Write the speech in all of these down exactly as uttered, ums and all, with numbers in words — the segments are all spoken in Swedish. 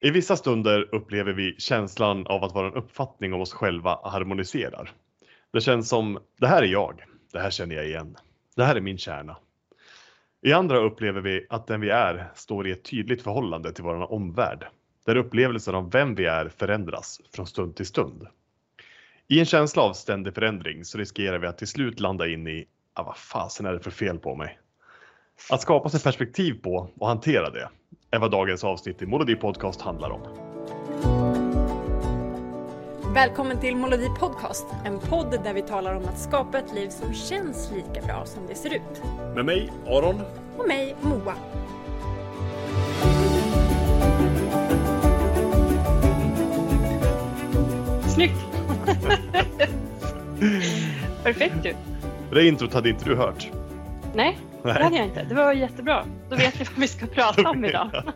I vissa stunder upplever vi känslan av att vår uppfattning om oss själva harmoniserar. Det känns som, det här är jag, det här känner jag igen, det här är min kärna. I andra upplever vi att den vi är står i ett tydligt förhållande till vår omvärld, där upplevelsen av vem vi är förändras från stund till stund. I en känsla av ständig förändring så riskerar vi att till slut landa in i, ah, vad fasen är det för fel på mig? Att skapa sig perspektiv på och hantera det är vad dagens avsnitt i Molodi Podcast handlar om. Välkommen till Molodi Podcast, en podd där vi talar om att skapa ett liv som känns lika bra som det ser ut. Med mig, Aron. Och mig, Moa. Snyggt! Perfekt du. Det introt hade inte du hört. Nej, Nej, det hade jag inte. Det var jättebra. Då vet vi vad vi ska prata om idag. Ja,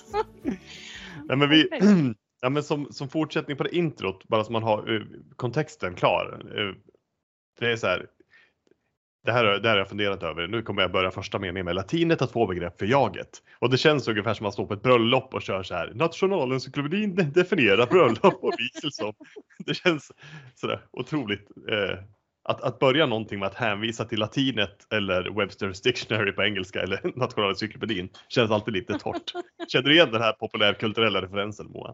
Nej, men vi, ja, men som, som fortsättning på det introt, bara så man har uh, kontexten klar. Uh, det är så här. Det här, det här har jag funderat över. Nu kommer jag börja första meningen med latinet har två begrepp för jaget. Och det känns ungefär som att man står på ett bröllop och kör så här. Nationalencyklopedin definierar bröllop och vigsel. Det känns sådär otroligt. Eh, att, att börja någonting med att hänvisa till latinet eller Webster's Dictionary på engelska eller nationalencyklopedin känns alltid lite torrt. Känner du igen den här populärkulturella referensen, Moa?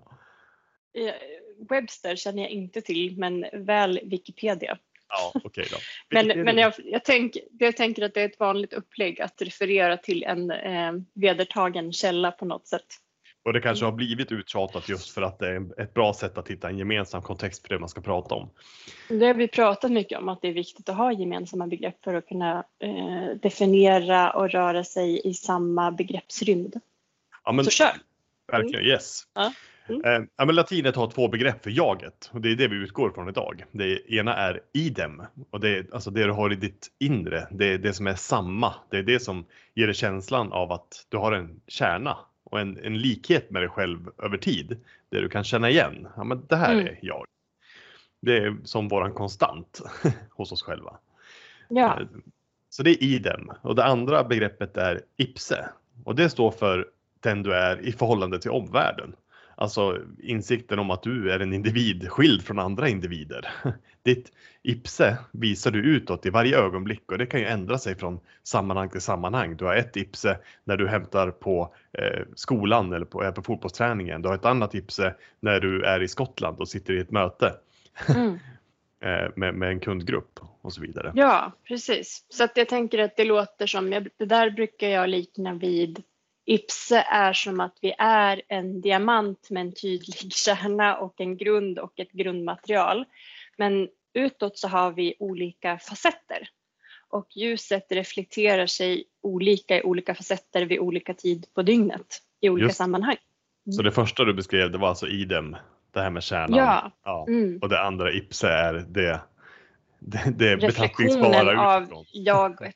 Webster känner jag inte till, men väl Wikipedia. Ja, okej okay då. Men, men jag, jag, tänk, jag tänker att det är ett vanligt upplägg att referera till en eh, vedertagen källa på något sätt. Och det kanske har blivit uttjatat just för att det är ett bra sätt att hitta en gemensam kontext för det man ska prata om. Det har vi pratat mycket om, att det är viktigt att ha gemensamma begrepp för att kunna eh, definiera och röra sig i samma begreppsrymd. Ja, men, Så kör! Verkligen, yes. Ja. Mm. Eh, ja, men latinet har två begrepp för jaget och det är det vi utgår från idag. Det ena är idem och det är alltså det du har i ditt inre. Det är det som är samma. Det är det som ger dig känslan av att du har en kärna och en, en likhet med dig själv över tid. Det du kan känna igen. Ja, men det här mm. är jag. Det är som våran konstant hos oss själva. Ja. Eh, så det är idem. Och det andra begreppet är ipse. Och det står för den du är i förhållande till omvärlden. Alltså insikten om att du är en individ skild från andra individer. Ditt ipse visar du utåt i varje ögonblick och det kan ju ändra sig från sammanhang till sammanhang. Du har ett ipse när du hämtar på eh, skolan eller på, är på fotbollsträningen. Du har ett annat ipse när du är i Skottland och sitter i ett möte Mm. eh, med, med en kundgrupp och så vidare. Ja, precis. Så att jag tänker att det låter som, jag, det där brukar jag likna vid, ipse är som att vi är en diamant med en tydlig kärna och en grund och ett grundmaterial. Men utåt så har vi olika facetter. Och ljuset reflekterar sig olika i olika facetter vid olika tid på dygnet i olika Just. sammanhang. Så det första du beskrev, det var alltså idem, det här med kärnan. Ja. Ja. Mm. Och det andra ipse är det, det, det Reflektionen betraktningsbara av utifrån. jaget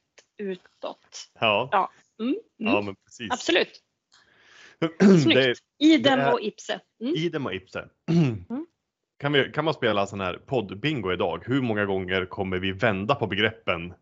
utåt. Ja, Ja, mm. Mm. ja men precis. Absolut. Det är, Idem det är- och ipse. Mm. idem och ipse. Mm. Kan, vi, kan man spela sån här poddbingo idag? Hur många gånger kommer vi vända på begreppen?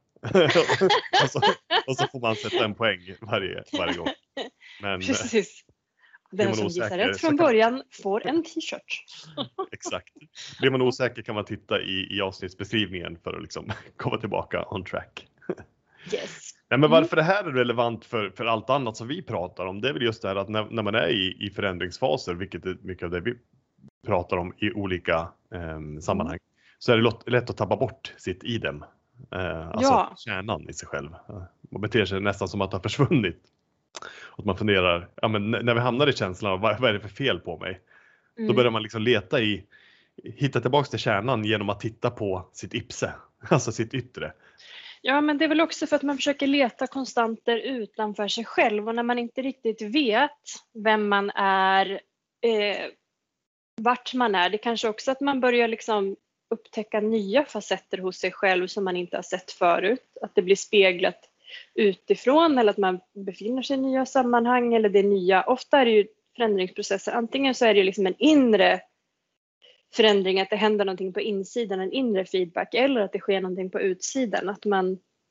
och, så, och så får man sätta en poäng varje, varje gång. Men, Precis. blir Den man som osäker gissar rätt så från kan- början får en t-shirt. exakt. Blir man osäker kan man titta i, i avsnittsbeskrivningen för att liksom komma tillbaka on track. Yes. Nej, men varför det här är relevant för, för allt annat som vi pratar om, det är väl just det här att när, när man är i, i förändringsfaser, vilket är mycket av det vi pratar om i olika eh, sammanhang, mm. så är det lätt, lätt att tappa bort sitt idem. Eh, alltså Ja. kärnan i sig själv. Eh, Man beter sig nästan som att det har försvunnit. Och att man funderar, ja, men n- när vi hamnar i känslan av vad, vad är det för fel på mig? Då Mm. börjar man liksom leta i, hitta tillbaka till kärnan genom att titta på sitt ipse, alltså sitt yttre. Ja, men det är väl också för att man försöker leta konstanter utanför sig själv. Och när man inte riktigt vet vem man är, eh, vart man är. Det kanske också att man börjar liksom upptäcka nya facetter hos sig själv som man inte har sett förut. Att det blir speglat utifrån eller att man befinner sig i nya sammanhang eller det nya. Ofta är det ju förändringsprocesser. Antingen så är det liksom en inre förändring, att det händer någonting på insidan, en inre feedback, eller att det sker någonting på utsidan, att man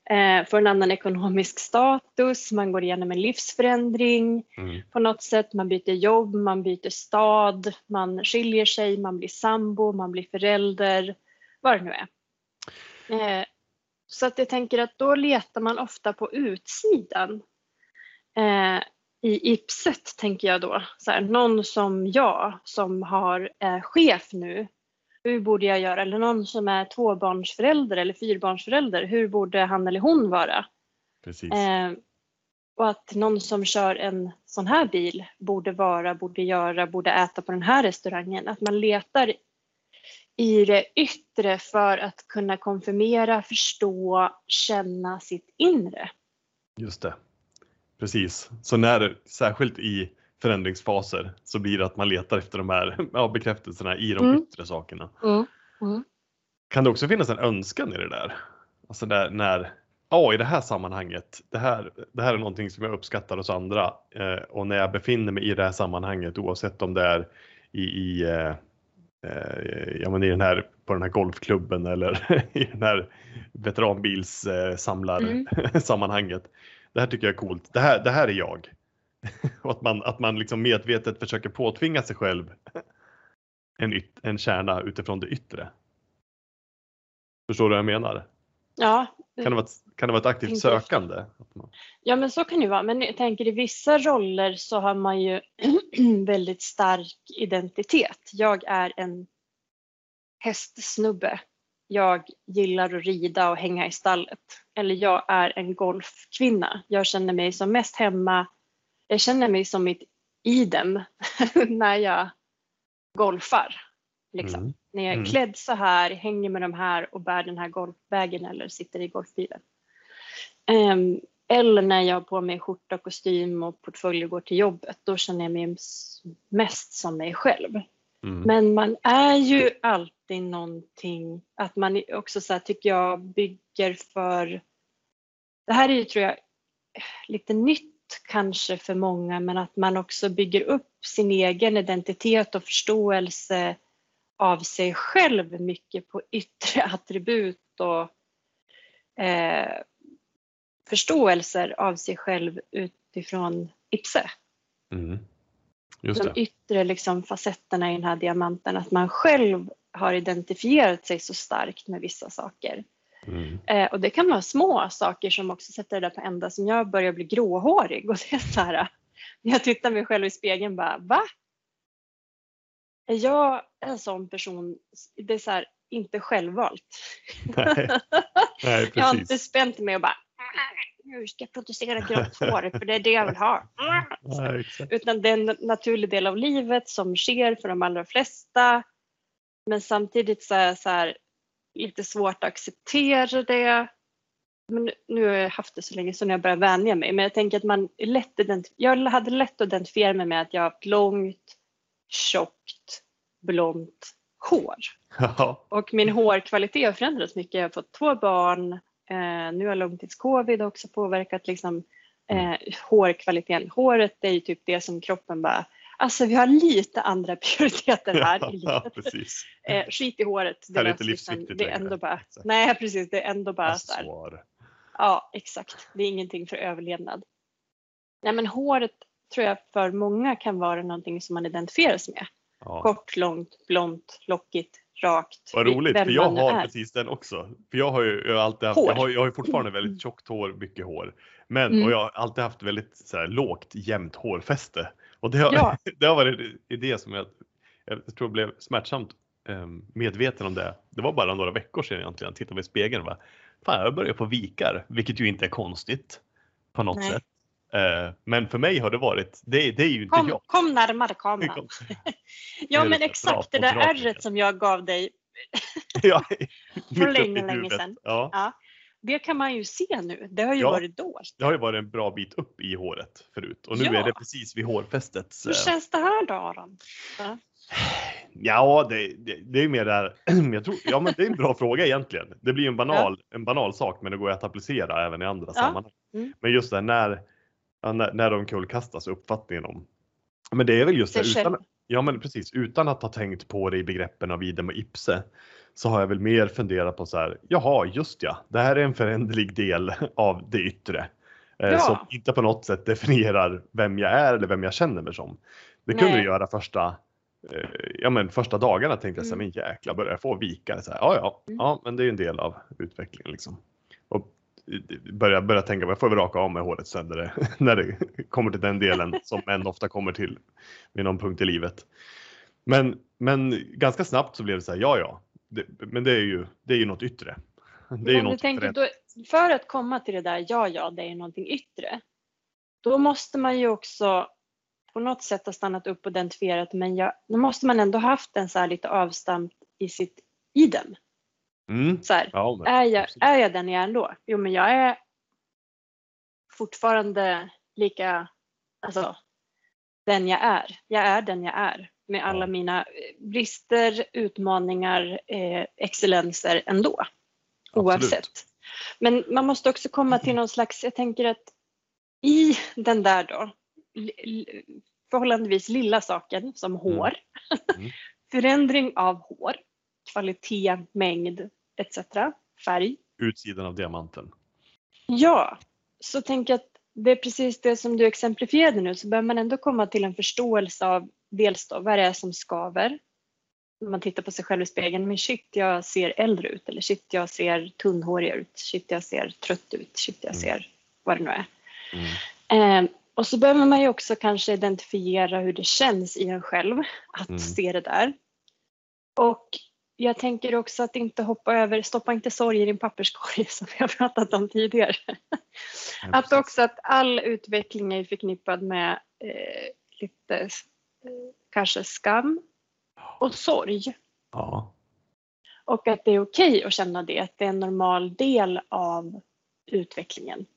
eh, får en annan ekonomisk status, man går igenom en livsförändring Mm. på något sätt, man byter jobb, man byter stad, man skiljer sig, man blir sambo, man blir förälder, vad det nu är. Eh, så att jag tänker att då letar man ofta på utsidan. Eh, I ipset tänker jag då, så här, någon som jag som har eh, chef nu, hur borde jag göra? Eller någon som är tvåbarnsförälder eller fyrbarnsförälder, hur borde han eller hon vara? Precis. Eh, och att någon som kör en sån här bil borde vara, borde göra, borde äta på den här restaurangen. Att man letar i det yttre för att kunna konfirmera, förstå, känna sitt inre. Just det. Precis. Så när, särskilt i förändringsfaser, så blir det att man letar efter de här ja, bekräftelserna i de Mm. yttre sakerna. Mm. Mm. Kan det också finnas en önskan i det där? Alltså där, när, ja i det här sammanhanget, det här, det här är någonting som jag uppskattar hos andra. Eh, och när jag befinner mig i det här sammanhanget, oavsett om det är i, i, eh, eh, ja, men i den här, på den här golfklubben eller i den här veteranbilssamlarsammanhanget. Mm. Det här tycker jag är coolt. Det här, det här är jag. Och att man, att man liksom medvetet försöker påtvinga sig själv en, yt, en kärna utifrån det yttre. Förstår du vad jag menar? Ja. Kan det vara, kan det vara ett aktivt sökande? Ja, men så kan det vara. Men jag tänker i vissa roller så har man ju väldigt stark identitet. Jag är en hästsnubbe. Jag gillar att rida och hänga i stallet. Eller jag är en golfkvinna. Jag känner mig som mest hemma. Jag känner mig som mitt idem när jag golfar. Liksom. Mm. När jag är Mm. klädd så här, hänger med de här och bär den här golfbagen eller sitter i golfbilen. Um, eller när jag har på mig skjorta, kostym och portfölj och går till jobbet. Då känner jag mig mest som mig själv. Mm. Men man är ju alltid någonting, att man också så här, tycker jag bygger för, det här är ju tror jag lite nytt kanske för många, men att man också bygger upp sin egen identitet och förståelse av sig själv mycket på yttre attribut och eh, förståelser av sig själv utifrån ipse. Mm. Just det. De yttre liksom facetterna i den här diamanten, att man själv har identifierat sig så starkt med vissa saker. Mm. Eh, och det kan vara små saker som också sätter det där på ända, som jag börjar bli gråhårig och det är så här, när jag tittar mig själv i spegeln bara, va? Är jag en sån person? Det är så här, inte självvalt. Nej. Nej, precis. Jag har inte spänt mig och bara, nu ska jag producera grått hår för det är det jag vill ha. Nej, exakt. Utan det är en naturlig del av livet som sker för de allra flesta. Men samtidigt så är det så här, lite svårt att acceptera det. Men nu har jag haft det så länge så när jag börjar vänja mig. Men jag tänker att man är lätt identif- jag hade lätt att identifiera mig med att jag har haft långt, tjockt, blont hår. Ja. Och min hårkvalitet har förändrats mycket. Jag har fått två barn. Eh, nu har långtidscovid också påverkat liksom, eh, hårkvaliteten. Håret är ju typ det som kroppen bara, alltså vi har lite andra prioriteter här i livet. Ja, precis. Eh, skit i håret. Det är inte löser vi sen. livsviktigt Det är längre. ändå bara, Exakt. nej precis, det är ändå bara så här. Svar. Ja, exakt. Det är ingenting för överlevnad. Nej, men håret tror jag för många kan vara någonting som man identifierar sig med. Ja. Kort, långt, blont, lockigt, rakt. Vad roligt, vem för jag man har är. precis den också. För jag har ju jag har alltid haft, Hår. jag har, jag har ju fortfarande väldigt tjockt hår, mycket hår. Men, Mm. och jag har alltid haft väldigt så här, lågt, jämnt hårfäste. Och det har, Ja. det har varit det som jag, jag tror blev smärtsamt eh, medveten om det. Det var bara några veckor sedan egentligen. Jag tittade mig i spegeln och bara, fan jag börjar få vikar. Vilket ju inte är konstigt på något Nej. sätt. Eh, men för mig har det varit, det, det är ju inte Kom, jag. kom närmare kameran. Kom. Ja, Det är men lite exakt bra det där på bra ärret som jag gav dig. Ja, För mitt uppe i länge, länge huvudet. sedan. Ja. Ja, det kan man ju se nu. Det har ju Ja. varit dolt. Det har ju varit en bra bit upp i håret förut. Och nu Ja. är det precis vid hårfästet. Hur känns det här då, Aron? Ja. Ja, det, det, det är ju mer där. Jag tror, ja, men det är en bra fråga egentligen. Det blir ju en banal, en banal sak, men det går att applicera även i andra Ja. sammanhang. Mm. Men just det här, när, ja, när, när de kullkastas uppfattningen om Men det är väl just det, Sig utan, själv. ja men precis, utan att ha tänkt på det i begreppen av idem och ipse, så har jag väl mer funderat på så här, jaha just ja, det här är en föränderlig del av det yttre. Eh, Ja. som inte på något sätt definierar vem jag är eller vem jag känner mig som. Det kunde Nej. du göra första, eh, ja men första dagarna tänkte jag så här, Mm. men jäkla börjar jag få vika. Så här, ja ja, Mm. ja men det är ju en del av utvecklingen liksom. Och börja, börja tänka, jag får väl raka av med håret sen när det, när det kommer till den delen som män ofta kommer till vid någon punkt i livet. Men, men ganska snabbt så blev det så här, ja ja, det, men det är ju, det är ju något yttre. Det är ju Men du något tänker förändrat. då, för att komma till det där, ja ja, det är någonting yttre. Då måste man ju också på något sätt ha stannat upp och identifierat, men jag, då måste man ändå haft en så här lite avstamp i sitt idem. Mm. Så här, Ja, men, är, jag, absolut. är jag den jag är ändå? Jo, men jag är fortfarande lika, alltså den jag är. Jag är den jag är med alla Ja. mina brister, utmaningar, eh, excellenser ändå. Absolut. Oavsett. Men man måste också komma till någon slags, jag tänker att i den där då, l- l- förhållandevis lilla saken som hår, Mm. förändring av hår, kvalitet, mängd et cetera, färg. Utsidan av diamanten. Ja, så tänker jag att det är precis det som du exemplifierade nu, så behöver man ändå komma till en förståelse av dels då, vad det är som skaver. När man tittar på sig själv i spegeln, men shit jag ser äldre ut, eller shit jag ser tunnhårig ut, shit jag ser trött ut, shit jag Mm. ser vad det nu är. Mm. Eh, och så behöver man ju också kanske identifiera hur det känns i en själv att Mm. se det där. Och jag tänker också att inte hoppa över, stoppa inte sorg i din papperskorg som vi har pratat om tidigare. Ja, Att precis. också att all utveckling är förknippad med eh, lite eh, kanske skam och sorg. Ja. Och att det är okej att känna det, att det är en normal del av utvecklingen.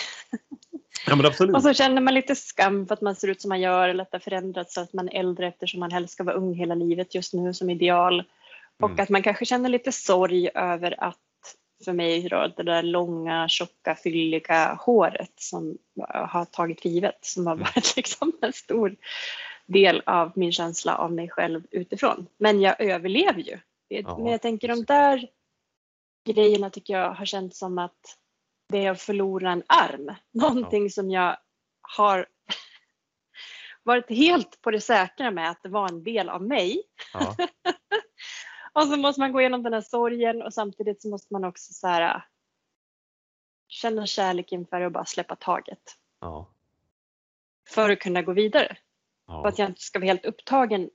Ja men absolut. Och så känner man lite skam för att man ser ut som man gör, eller att det har förändrats så att man är äldre eftersom man helst ska vara ung hela livet just nu som ideal. Och Mm. att man kanske känner lite sorg över att, för mig då, det där långa, tjocka, fylliga håret som jag har tagit för givet, som har varit liksom en stor del av min känsla av mig själv utifrån. Men jag överlever ju. Det- Ja, Men jag tänker de precis. där grejerna tycker jag har känts som att det är att förlora en arm. Någonting som jag har varit helt på det säkra med att det var en del av mig. Ja. Och så måste man gå igenom den här sorgen och samtidigt så måste man också så här, känna kärlek inför och bara släppa taget. Ja. För att kunna gå vidare. För Ja. att jag inte ska vara helt upptagen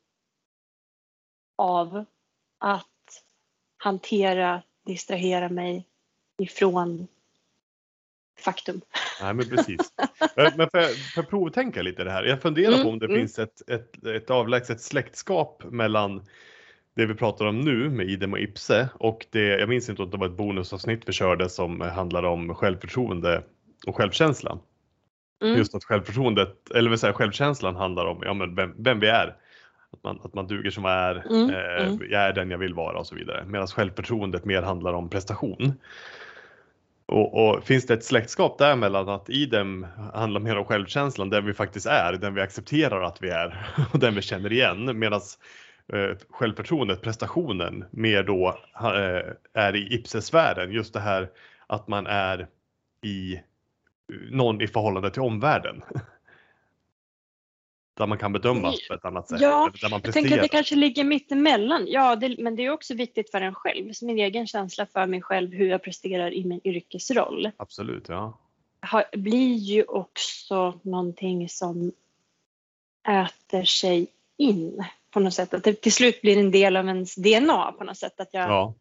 av att hantera, distrahera mig ifrån faktum. Nej men precis. Men men för, för provtänka lite det här. Jag funderar Mm, på om det mm. finns ett, ett, ett avlägset släktskap mellan det vi pratar om nu med idem och ipse och det, jag minns inte om det var ett bonusavsnitt vi körde som handlade om självförtroende och självkänsla. Mm. Just att självförtroendet, eller vill säga självkänslan handlar om ja, men vem, vem vi är. Att man, att man duger som man är, Mm, eh, mm. jag är den jag vill vara och så vidare. Medan självförtroendet mer handlar om prestation. Och, och finns det ett släktskap där mellan att idem handlar mer om självkänslan, den vi faktiskt är, den vi accepterar att vi är och den vi känner igen. Medan eh, självförtroendet, prestationen, mer då eh, är i ipsesfären. Just det här att man är i någon i förhållande till omvärlden. Där man kan bedömas på ett annat sätt. Ja, Där man jag tänker presterar. att det kanske ligger mitt emellan. Ja, det, men det är också viktigt för en själv. Så min egen känsla för mig själv, hur jag presterar i min yrkesroll, Absolut, ja. har, blir ju också någonting som äter sig in på något sätt. Att det till slut blir en del av ens D N A på något sätt. Att jag Ja,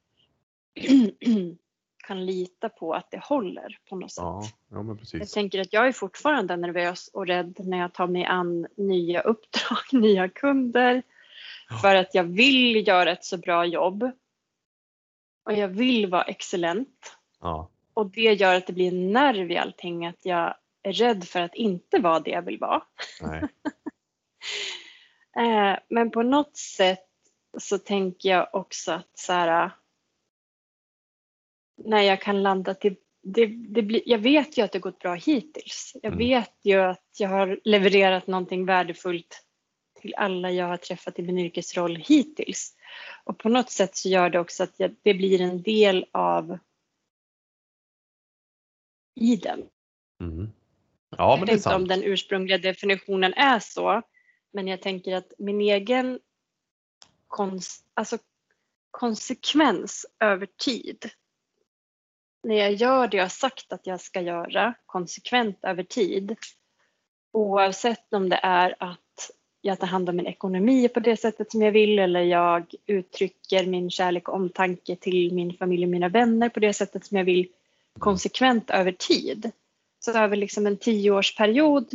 kan lita på att det håller på något sätt. ja, ja men Jag precis. tänker att jag är fortfarande nervös och rädd när jag tar mig an nya uppdrag, nya kunder. För att jag vill göra ett så bra jobb. Och jag vill vara excellent. Ja, Och det gör att det blir en nerv i allting. Att jag är rädd för att inte vara det jag vill vara. nej. Eh, Men på något sätt så tänker jag också att så här, när jag kan landa till det, det blir, jag vet ju att det gått bra hittills. Jag Mm. vet ju att jag har levererat någonting värdefullt till alla jag har träffat i min yrkesroll hittills. Och på något sätt så gör det också att jag, det blir en del av i den. Mm. Ja, men jag det är vet sant. inte om den ursprungliga definitionen är så, men jag tänker att min egen kons- alltså konsekvens över tid, när jag gör det jag har sagt att jag ska göra konsekvent över tid, oavsett om det är att jag tar hand om min ekonomi på det sättet som jag vill, eller jag uttrycker min kärlek och omtanke till min familj och mina vänner på det sättet som jag vill, konsekvent över tid. Så över liksom en tioårsperiod,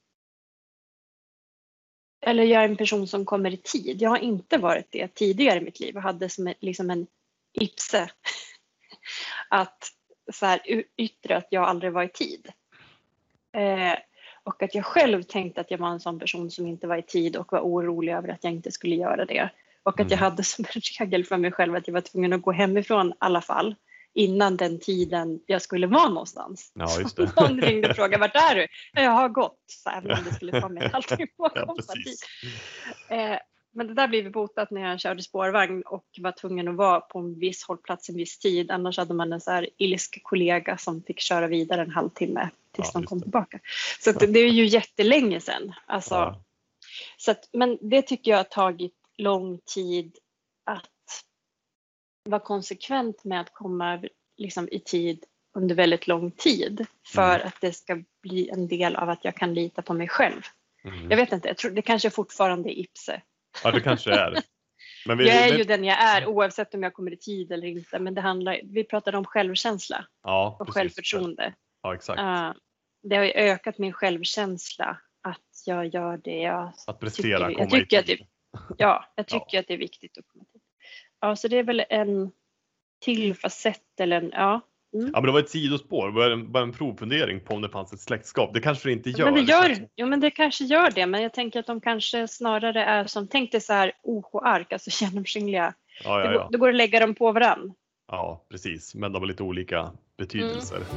eller jag är en person som kommer i tid. Jag har inte varit det tidigare i mitt liv. Jag hade som en, liksom en ipse att så här, yttre att jag aldrig var i tid. Eh, och att jag själv tänkte att jag var en sån person som inte var i tid och var orolig över att jag inte skulle göra det. Och att Mm. jag hade som en regel för mig själv att jag var tvungen att gå hemifrån i alla fall innan den tiden jag skulle vara någonstans. Ja, just det. Någon ringde och frågade, vart är du? Jag har gått, så även om det skulle ta mig en halvtimme att Ja, komma dit. precis. Eh, men det där blev botat när jag körde spårvagn och var tvungen att vara på en viss hållplats en viss tid. Annars hade man en så här ilsk kollega som fick köra vidare en halvtimme tills Ja, de just kom det. tillbaka. Så att det är ju jättelänge sedan. Alltså, Ja. så att, men det tycker jag har tagit lång tid att vara konsekvent med att komma liksom, i tid under väldigt lång tid. För Mm. att det ska bli en del av att jag kan lita på mig själv. Mm. Jag vet inte, jag tror, det kanske fortfarande är ipse. Ja, det kanske är. Men vi, Jag är vi, ju den jag är oavsett om jag kommer i tid eller inte. Men det handlar, vi pratade om självkänsla ja, och precis. självförtroende. Ja, exakt. Uh, det har ju ökat min självkänsla att jag gör det jag Att prestera, tycker. komma Jag tycker i att tid. det, ja, jag tycker Ja. att det är viktigt att komma i tid. Ja, så det är väl en till facett eller en, ja. Mm. Ja, men det var ett sidospår. Det var en, bara en provfundering på om det fanns ett släktskap. Det kanske det inte gör. Men det gör, kanske... jo men det kanske gör det, men jag tänker att de kanske snarare är som, tänk dig så här O H-ark, alltså genomskinliga. Ja, Det, ja, går, ja. det går att lägga dem på varann. Ja, precis. Men de har lite olika betydelser. Mm.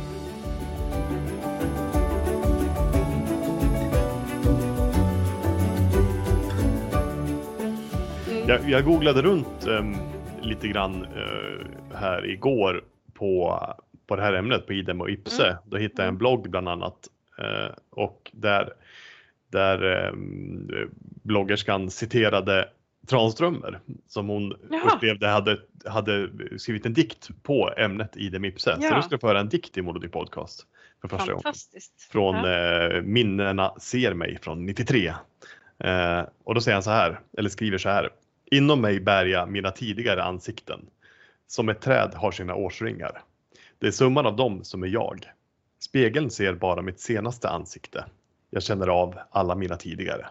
Mm. Jag, jag googlade runt um, lite grann uh, här igår på, på det här ämnet på Idem och Ipse. Mm. Då hittade jag en blogg bland annat. Uh, och där, där um, bloggerskan citerade Tranströmer som hon Jaha. upplevde hade, hade skrivit en dikt på ämnet Idem Ipse. Ja. Så nu ska jag få höra en dikt i Molody Podcast för första gången. Fantastiskt. Från Ja. eh, Minnena ser mig från nittiotre. Eh, och då säger han så här, eller skriver så här. Inom mig bär jag mina tidigare ansikten. Som ett träd har sina årsringar. Det är summan av dem som är jag. Spegeln ser bara mitt senaste ansikte. Jag känner av alla mina tidigare.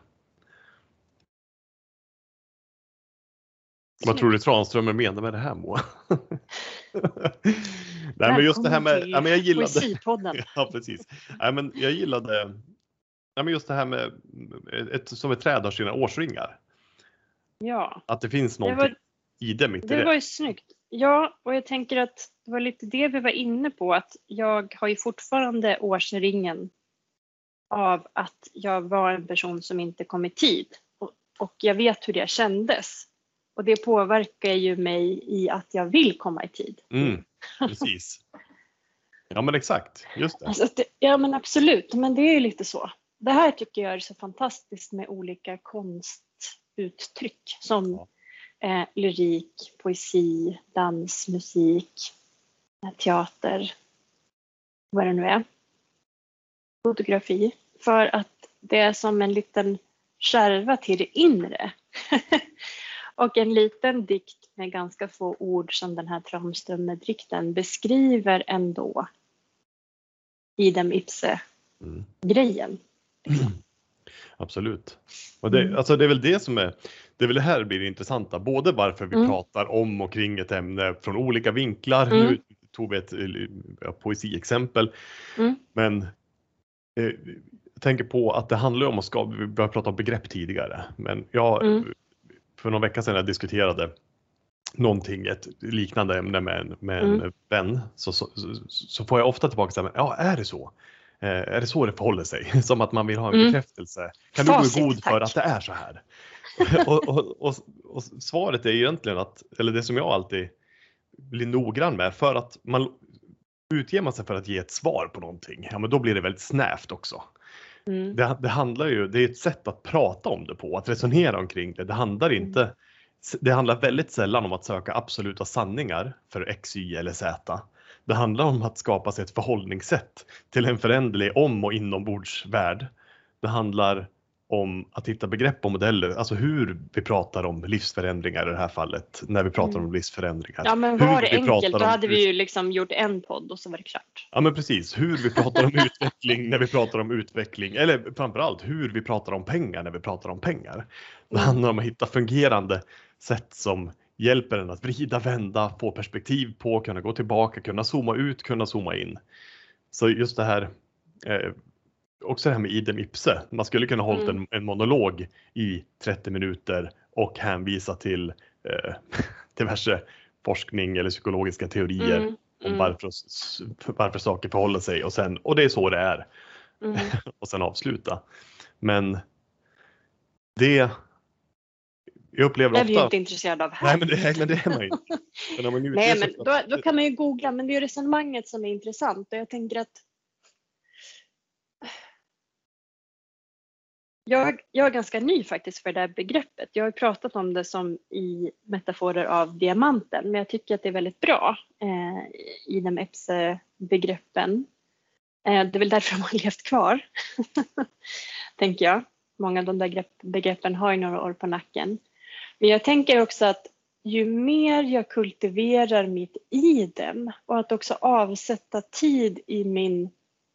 Vad tror du Tranströmer menar med det här, Moa? Nej, men just det här med, ja, men jag gillade, Poesipodden. ja, precis. Nej, men jag gillade, ja, men just det här med ett, som ett träd har sina årsringar. Ja, Att det finns det någonting var, i det mitt i det det. var ju snyggt. Ja, och jag tänker att det var lite det vi var inne på, att jag har ju fortfarande årsringen av att jag var en person som inte kom i tid. Och, och jag vet hur det kändes. Och det påverkar ju mig i att jag vill komma i tid. Mm, precis. Ja, men exakt. Just det. Alltså det, ja men absolut, men det är ju lite så. Det här tycker jag är så fantastiskt med olika konstuttryck som Ja. eh, lyrik, poesi, dans, musik, teater, vad det nu är. Fotografi. För att det är som en liten skärva till det inre. Och en liten dikt med ganska få ord som den här Tranströmer-dikten beskriver ändå Idem Ipse-grejen. Mm. Absolut. Och det, Mm. alltså det är väl det som är, det är väl det här blir det intressanta. Både varför vi Mm. pratar om och kring ett ämne från olika vinklar. Mm. Nu tog vi ett ja, poesiexempel. Mm. Men eh, jag tänker på att det handlar om att skapa, vi började prata om begrepp tidigare. Men jag, Mm. för någon vecka sedan jag diskuterade någonting, ett liknande ämne med en, med en Mm. vän. Så, så, så, så får jag ofta tillbaka så här, ja är det så? är det så det förhåller sig? Som att man vill ha en Mm. bekräftelse. Kan Facit, du gå i god tack. för att det är så här? och, och, och, och svaret är egentligen att, eller det som jag alltid blir noggrann med, för att man utger man sig för att ge ett svar på någonting, ja men då blir det väldigt snävt också. Mm. Det, det handlar ju, det är ett sätt att prata om det på, att resonera omkring det. Det handlar inte, Mm. det handlar väldigt sällan om att söka absoluta sanningar för X, Y eller Z. Det handlar om att skapa sig ett förhållningssätt till en föränderlig om- och inombordsvärld. Det handlar om att hitta begrepp och modeller, alltså hur vi pratar om livsförändringar i det här fallet, när vi pratar Mm. om livsförändringar. Ja, men Hur var det vi pratar enkelt, då om hade ut- vi ju liksom gjort en podd och så var det klart. Ja men precis, hur vi pratar om utveckling när vi pratar om utveckling, eller framförallt hur vi pratar om pengar när vi pratar om pengar. Det Mm. handlar om att hitta fungerande sätt som hjälper en att vrida, vända, få perspektiv på, kunna gå tillbaka, kunna zooma ut, kunna zooma in. Så just det här, eh, också det här med idem ipse, man skulle kunna hålla Mm. en, en monolog i trettio minuter och hänvisa till eh, diverse forskning eller psykologiska teorier. Mm. Om Mm. varför, varför saker förhåller sig och sen, och det är så det är. Mm. Och sen avsluta. Men det, jag upplever Det är vi ju ofta. inte intresserade av här. Nej men det, nej, men det är man ju inte. Men om man utger Nej, sig men för- då, då kan man ju googla, men det är ju resonemanget som är intressant och jag tänker att jag, jag är ganska ny faktiskt för det här begreppet. Jag har ju pratat om det som i metaforer av diamanten, men jag tycker att det är väldigt bra eh, i de ipse-begreppen. Eh, det är väl därför de har levt kvar, tänker jag. Många av de där grepp, begreppen har ju några år på nacken. Men jag tänker också att ju mer jag kultiverar mitt idem och att också avsätta tid i min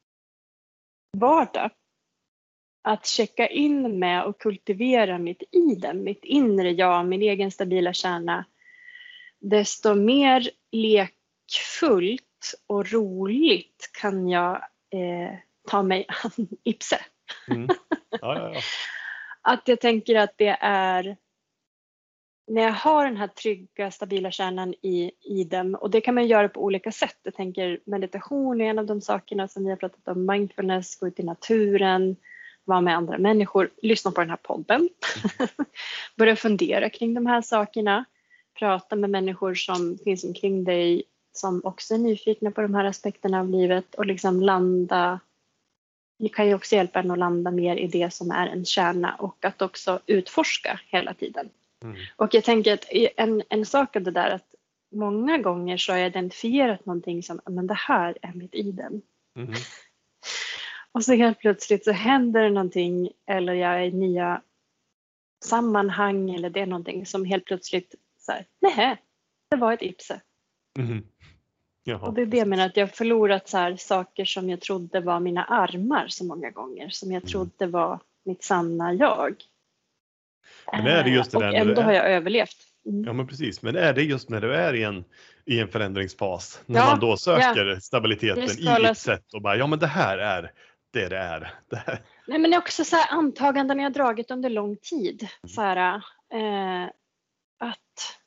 vardag, att checka in med och kultivera mitt idem, mitt inre jag, min egen stabila kärna, desto mer lekfullt och roligt kan jag eh, ta mig an ipse. Mm. Ja, ja, ja. Att jag tänker att det är när jag har den här trygga, stabila kärnan i idem, och det kan man göra på olika sätt. Jag tänker meditation är en av de sakerna som vi har pratat om, mindfulness, gå ut i naturen, vara med andra människor, lyssna på den här podden, börja fundera kring de här sakerna, prata med människor som finns omkring dig som också är nyfikna på de här aspekterna av livet och liksom landa. Det kan ju också hjälpa en att landa mer i det som är en kärna och att också utforska hela tiden. Mm. Och jag tänker att en, en sak av det där att många gånger så har jag identifierat någonting som, men det här är mitt idem. Mm. Och så helt plötsligt så händer det någonting eller jag är i nya sammanhang eller det är någonting som helt plötsligt så här, nej, det var ett ipse. Mm. Jaha, Och det är det jag menar, att jag har förlorat så här saker som jag trodde var mina armar så många gånger. Som jag Mm. trodde var mitt sanna jag. Men är det just det och där när du ändå är- har jag överlevt. Mm. Ja men precis, men är det just när du är i en, i en förändringsfas, när Ja, man då söker stabiliteten Det i skalas- ett sätt och bara, ja men det här är det det är. Det här. Nej, men det är också så här antaganden jag har dragit under lång tid. Så här, eh, att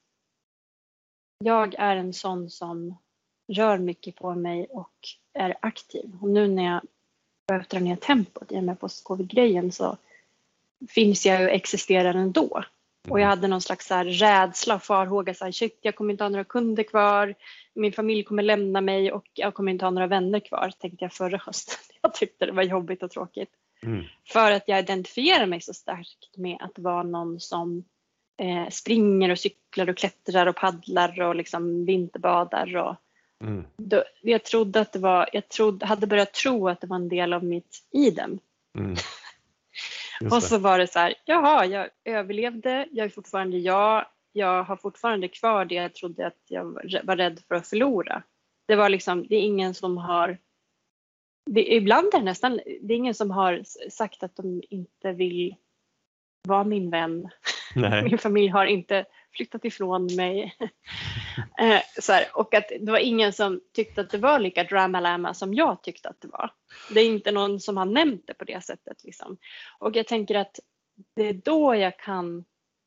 jag är en sån som rör mycket på mig och är aktiv. Och nu när jag behöver dra ner tempot i och med post-covid-grejen så finns jag ju och existerar ändå. Och jag hade någon slags så här rädsla och farhåga. Så här, shit, jag kommer inte ha några kunder kvar. Min familj kommer lämna mig och jag kommer inte ha några vänner kvar. Tänkte jag förra hösten. Jag tyckte det var jobbigt och tråkigt. Mm. För att jag identifierar mig så starkt med att vara någon som eh, springer och cyklar och klättrar och paddlar och liksom vinterbadar. Och Mm. då, jag trodde att det var, jag trodde, hade börjat tro att det var en del av mitt idem. Mm. Just Och det. så var det så här, jaha, jag överlevde, jag är fortfarande jag, jag har fortfarande kvar det jag trodde att jag var rädd för att förlora. Det var liksom, det är ingen som har, det, ibland är det nästan, det är ingen som har sagt att de inte vill vara min vän. Nej. Min familj har inte flyttat ifrån mig. eh, så här, och att det var ingen som tyckte att det var lika dramalama som jag tyckte att det var. Det är inte någon som har nämnt det på det sättet. Liksom. Och jag tänker att det är då jag kan...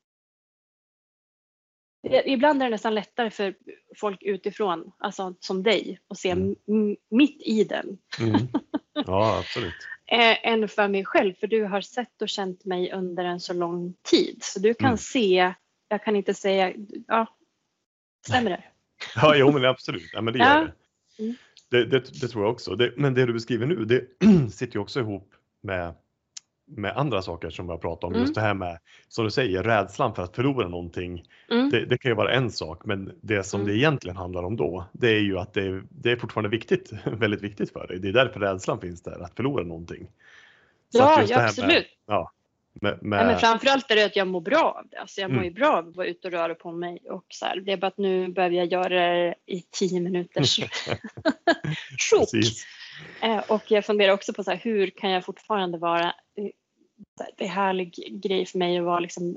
Ibland är det nästan lättare för folk utifrån, alltså som dig, att se Mm. m- mitt i den. Mm. Ja, absolut. eh, än för mig själv. För du har sett och känt mig under en så lång tid. Så du kan Mm. se, jag kan inte säga, ja, stämmer det? Ja, jo, men absolut. Ja, men det gör Ja. det. Mm. Det, det. Det tror jag också. Det, men det du beskriver nu, det sitter ju också ihop med, med andra saker som jag pratar om. Mm. Just det här med, som du säger, rädslan för att förlora någonting. Mm. Det, det kan ju vara en sak, men det som Mm. det egentligen handlar om då, det är ju att det, det är fortfarande viktigt, väldigt viktigt för dig. Det är därför rädslan finns där, att förlora någonting. Så Ja, att just ja det här absolut. Med, ja, med, med, Ja, men framförallt är det att jag mår bra av det. Alltså jag mår Mm. ju bra av att vara ute och röra på mig. Och så här, det är bara att nu behöver jag göra det i tio minuters sjok. Precis. Eh, och jag funderar också på så här, hur kan jag fortfarande vara, eh, det är härlig grej för mig att vara liksom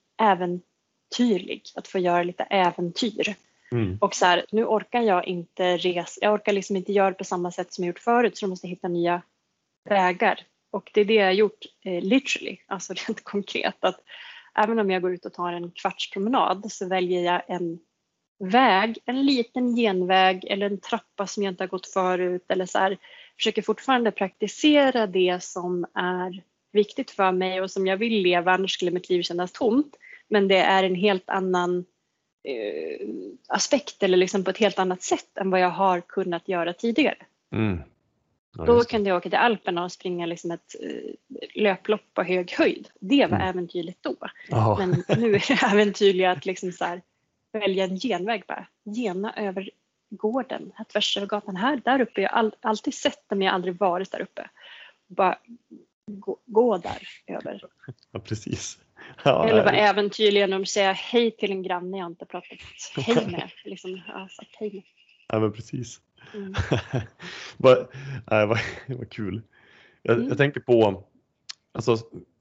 äventyrlig. Att få göra lite äventyr. Mm. Och så här, nu orkar jag inte resa, jag orkar liksom inte göra det på samma sätt som jag gjort förut. Så jag måste hitta nya vägar. Och det är det jag har gjort eh, literally, alltså rent konkret. Att även om jag går ut och tar en kvartspromenad så väljer jag en väg, en liten genväg eller en trappa som jag inte har gått förut. Eller så här, försöker fortfarande praktisera det som är viktigt för mig och som jag vill leva, annars skulle mitt liv kännas tomt. Men det är en helt annan eh, aspekt eller liksom på ett helt annat sätt än vad jag har kunnat göra tidigare. Mm. Ja, Då just det. kunde jag åka till Alperna och springa liksom ett eh, löplopp på hög höjd. Det var Mm. äventyrligt då. Ja. Men nu är det äventyrligt att liksom så här, välja en genväg bara. Gena över gården, här tvärs över gatan. Här, där uppe. Jag har all, alltid sett det men jag har aldrig varit där uppe. Bara gå, gå där över. Ja, precis. Ja, Eller vara nej. äventyrlig genom att säga hej till en granne jag inte pratat hej med. Liksom, ja, sagt hej med. Ja, men precis. Mm. vad, nej, vad, vad kul. Jag, Mm. jag tänker på, alltså,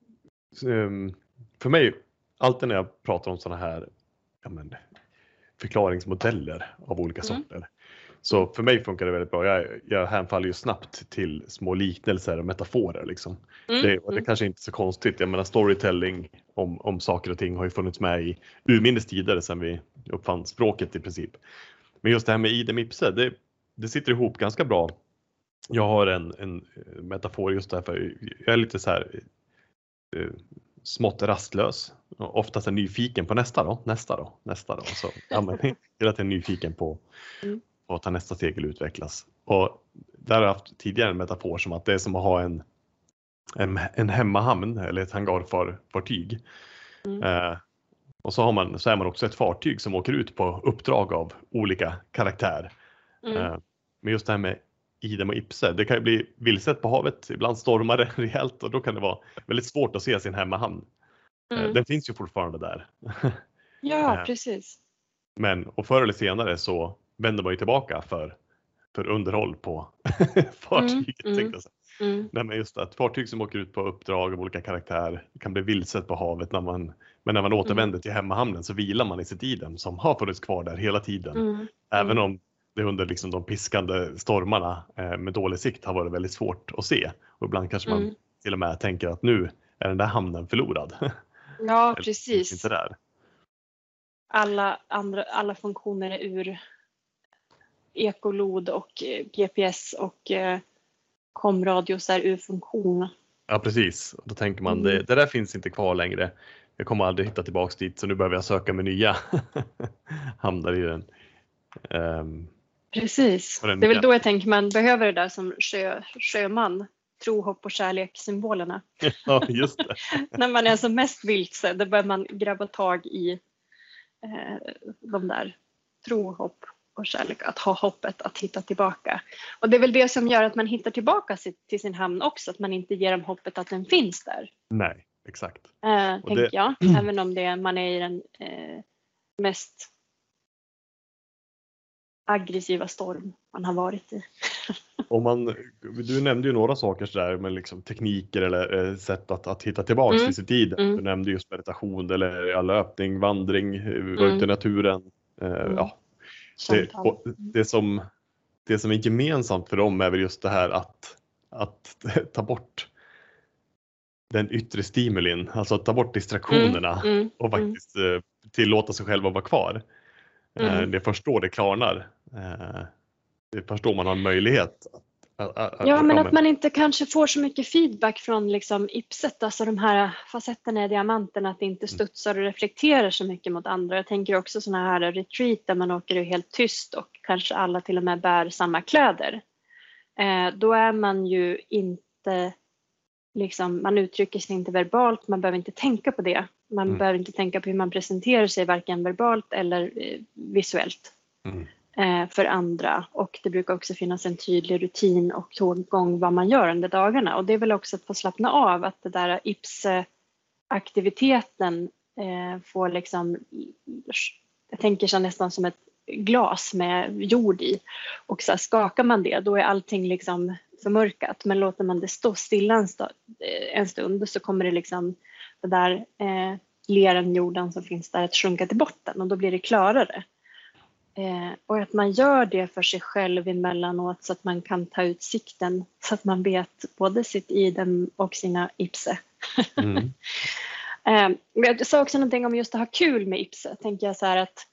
um, för mig, alltid när jag pratar om sådana här ja, men, förklaringsmodeller av olika Mm. sorter. Så för mig funkar det väldigt bra. Jag, jag hänfaller ju snabbt till små liknelser och metaforer. Liksom. Mm. Det, och det Mm. kanske inte är så konstigt. Jag menar, storytelling om, om saker och ting har ju funnits med i urminnes tider sedan vi uppfann språket i princip. Men just det här med idem ipse, det, det sitter ihop ganska bra. Jag har en, en metafor just därför. Jag är lite så här eh, smått rastlös. Oftast är nyfiken på nästa då, nästa då, nästa då. Så ja, men, hela tiden nyfiken på, Mm. på att ta nästa steg eller utvecklas. Och där har jag haft tidigare en metafor som att det är som att ha en, en, en hemmahamn eller ett hangarfartyg. Mm. Eh, och så, har man, så är man också ett fartyg som åker ut på uppdrag av olika karaktär. Mm. Eh, men just det här med idem och ipse, det kan ju bli vilset på havet, ibland stormar det rejält och då kan det vara väldigt svårt att se sin hemmahamn. Eh, Mm. den finns ju fortfarande där. Ja, Eh. precis. Men och förr eller senare så vänder man ju tillbaka för, för underhåll på fartyget. Mm, tänkte jag säga. Mm. Nej, men just att fartyg som åker ut på uppdrag av olika karaktär kan bli vilset på havet. När man, men när man återvänder till hemmahamnen så vilar man i sitt idem som har funnits kvar där hela tiden. Mm. Även Mm. om det under liksom de piskande stormarna eh, med dålig sikt har varit väldigt svårt att se. Och ibland kanske man Mm. till och med tänker att nu är den där hamnen förlorad. Ja, Finns precis. inte där. Alla, andra, alla funktioner är ur ekolod och eh, G P S och eh, komradios är ur funktion. Ja, precis. Och då tänker man, Mm. det, det där finns inte kvar längre. Jag kommer aldrig hitta tillbaks dit, så nu behöver jag söka med nya hamnar i den. Um, Precis. Och den Det är väl nya. då jag tänker man behöver det där som sjö, sjöman. Tro, hopp och kärlek symbolerna. ja, just det. När man är som mest vilse, då börjar man grabba tag i eh, de där tro, hopp och kärlek. Att ha hoppet att hitta tillbaka. Och det är väl det som gör att man hittar tillbaka sitt, till sin hamn också. Att man inte ger dem hoppet att den finns där. Nej, exakt. Eh, Och tänker det- jag. Även om det, man är i den eh, mest aggressiva storm man har varit i. Om man, du nämnde ju några saker så där med liksom tekniker eller eh, sätt att, att hitta tillbaks Mm. till sin tid. Mm. Du nämnde just meditation eller ja, löpning, vandring, eh, vara Mm. ute i naturen. Eh, Mm. ja, det, Samtal. och det, som, det som är gemensamt för dem är väl just det här att, att ta bort den yttre stimulin, alltså att ta bort distraktionerna Mm, mm, och mm. faktiskt eh, tillåta sig själv att vara kvar. Eh, Mm. det är först då det klarnar. Eh, det är först då man har en möjlighet att, Ja, men att man inte kanske får så mycket feedback från liksom ipset, alltså de här facetterna i diamanten, att det inte studsar och reflekterar så mycket mot andra. Jag tänker också sådana här retreat där man åker helt tyst och kanske alla till och med bär samma kläder. Eh, då är man ju inte, liksom, man uttrycker sig inte verbalt, man behöver inte tänka på det. Man mm. behöver inte tänka på hur man presenterar sig, varken verbalt eller eh, visuellt. Mm. för andra, och det brukar också finnas en tydlig rutin och tåggång vad man gör under dagarna, och det är väl också att få slappna av, att det där ipse-aktiviteten eh, får liksom, jag tänker så nästan som ett glas med jord i, och så här, skakar man det, då är allting liksom förmörkat, men låter man det stå stilla en, stund, en stund så kommer det liksom det där eh, leran, jorden som finns där att sjunka till botten, och då blir det klarare. Eh, och att man gör det för sig själv emellanåt, så att man kan ta ut sikten, så att man vet både sitt idem och sina ipse. Mm. eh, jag sa också någonting om just att ha kul med ipse. Tänker jag så här att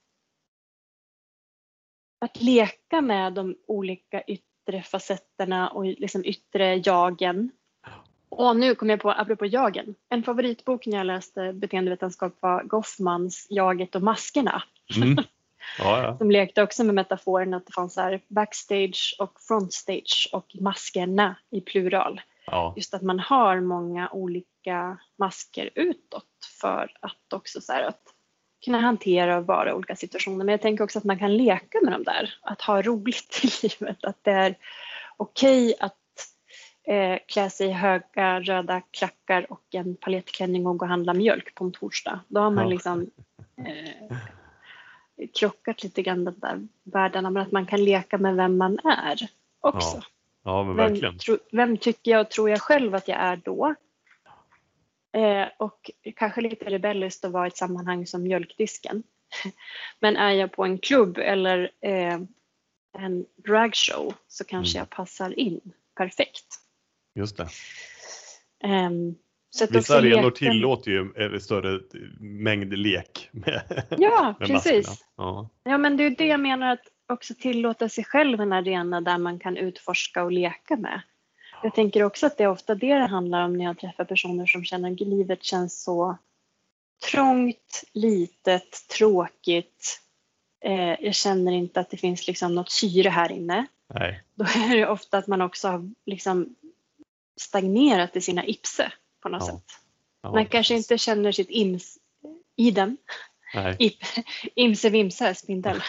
att leka med de olika yttre facetterna och liksom yttre jagen. Och nu kommer jag på, apropå jagen, en favoritbok när jag läste beteendevetenskap var Goffmans Jaget och maskerna. Mm. Ja, ja. De lekte också med metaforen att det fanns så här backstage och frontstage och maskerna i plural. Ja. Just att man har många olika masker utåt för att också så här att kunna hantera och vara i olika situationer. Men jag tänker också att man kan leka med dem där. Att ha roligt i livet. Att det är okej att eh, klä sig i höga röda klackar och en palettklänning och gå och handla mjölk på en torsdag. Då har man ja. liksom... Eh, krockat lite grann den där världarna, men att man kan leka med vem man är också. Ja, ja men verkligen. Vem, tro, vem tycker jag och tror jag själv att jag är då? Eh, och kanske lite rebelliskt att vara i ett sammanhang som mjölkdisken. Men är jag på en klubb eller eh, en dragshow så kanske mm. jag passar in perfekt. Just det. Um, Så att vissa arenor leken... tillåter ju en större mängd lek med, ja, med precis. Ja. ja, men det är det jag menar, att också tillåta sig själv en arena där man kan utforska och leka med. Jag tänker också att det är ofta det det handlar om när jag träffar personer som känner att livet känns så trångt, litet, tråkigt. Eh, jag känner inte att det finns liksom något syre här inne. Nej. Då är det ofta att man också har liksom stagnerat i sina ipse. På något ja. sätt. Ja, man kanske precis. inte känner sitt ims i den. I, imse vimse spindel.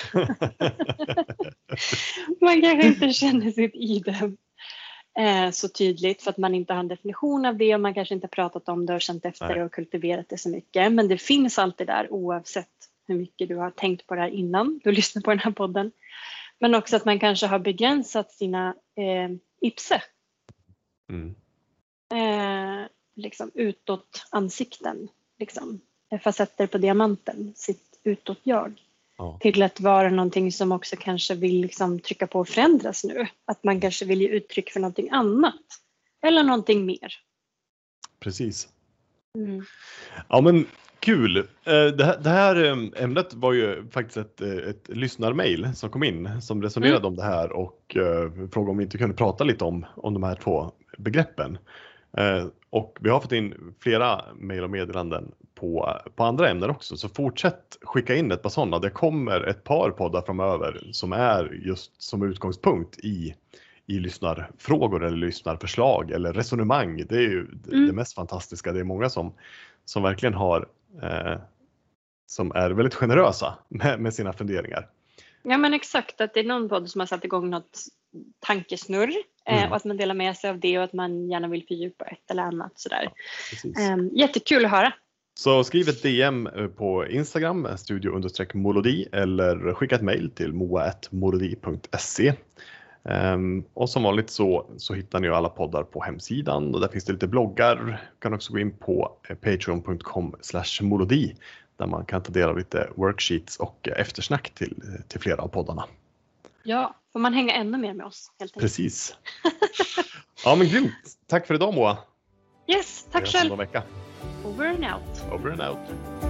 Man kanske inte känner sitt idem eh, så tydligt för att man inte har en definition av det, och man kanske inte pratat om det och känt efter det och kultiverat det så mycket. Men det finns alltid där, oavsett hur mycket du har tänkt på det här innan du lyssnar på den här podden. Men också att man kanske har begränsat sina eh, ipse. Mm. Eh, liksom utåt ansikten, liksom facetter på diamanten, sitt utåt jag, ja. till att vara någonting som också kanske vill liksom trycka på och förändras nu, att man kanske vill ge uttryck för någonting annat eller någonting mer. Precis. Mm. Ja, men kul. Det här, det här ämnet var ju faktiskt ett, ett lyssnarmail som kom in som resonerade mm. om det här och uh, frågade om vi inte kunde prata lite om, om de här två begreppen. Uh, och vi har fått in flera mejl och meddelanden på, på andra ämnen också. Så fortsätt skicka in ett par sådana. Det kommer ett par poddar framöver som är just som utgångspunkt i, i lyssnarfrågor eller lyssnarförslag eller resonemang. Det är ju mm. det mest fantastiska. Det är många som, som verkligen har eh, som är väldigt generösa med, med sina funderingar. Ja, men exakt, att det är någon podd som har satt igång något tankesnurr mm. eh, och att man delar med sig av det och att man gärna vill fördjupa ett eller annat sådär. Ja, eh, jättekul att höra. Så skriv ett D M på Instagram, studio understreck molodi, eller skicka ett mejl till moa at molodi punkt se. Um, och som vanligt så, så hittar ni ju alla poddar på hemsidan, och där finns det lite bloggar. Du kan också gå in på patreon punkt com slash molodi där man kan ta del av lite worksheets och eftersnack till, till flera av poddarna. Ja, får man hänga ännu mer med oss helt enkelt. Precis. Ja, men grymt. Tack för idag, Moa. Yes, tack själv. Vecka. Over and out. Over and out.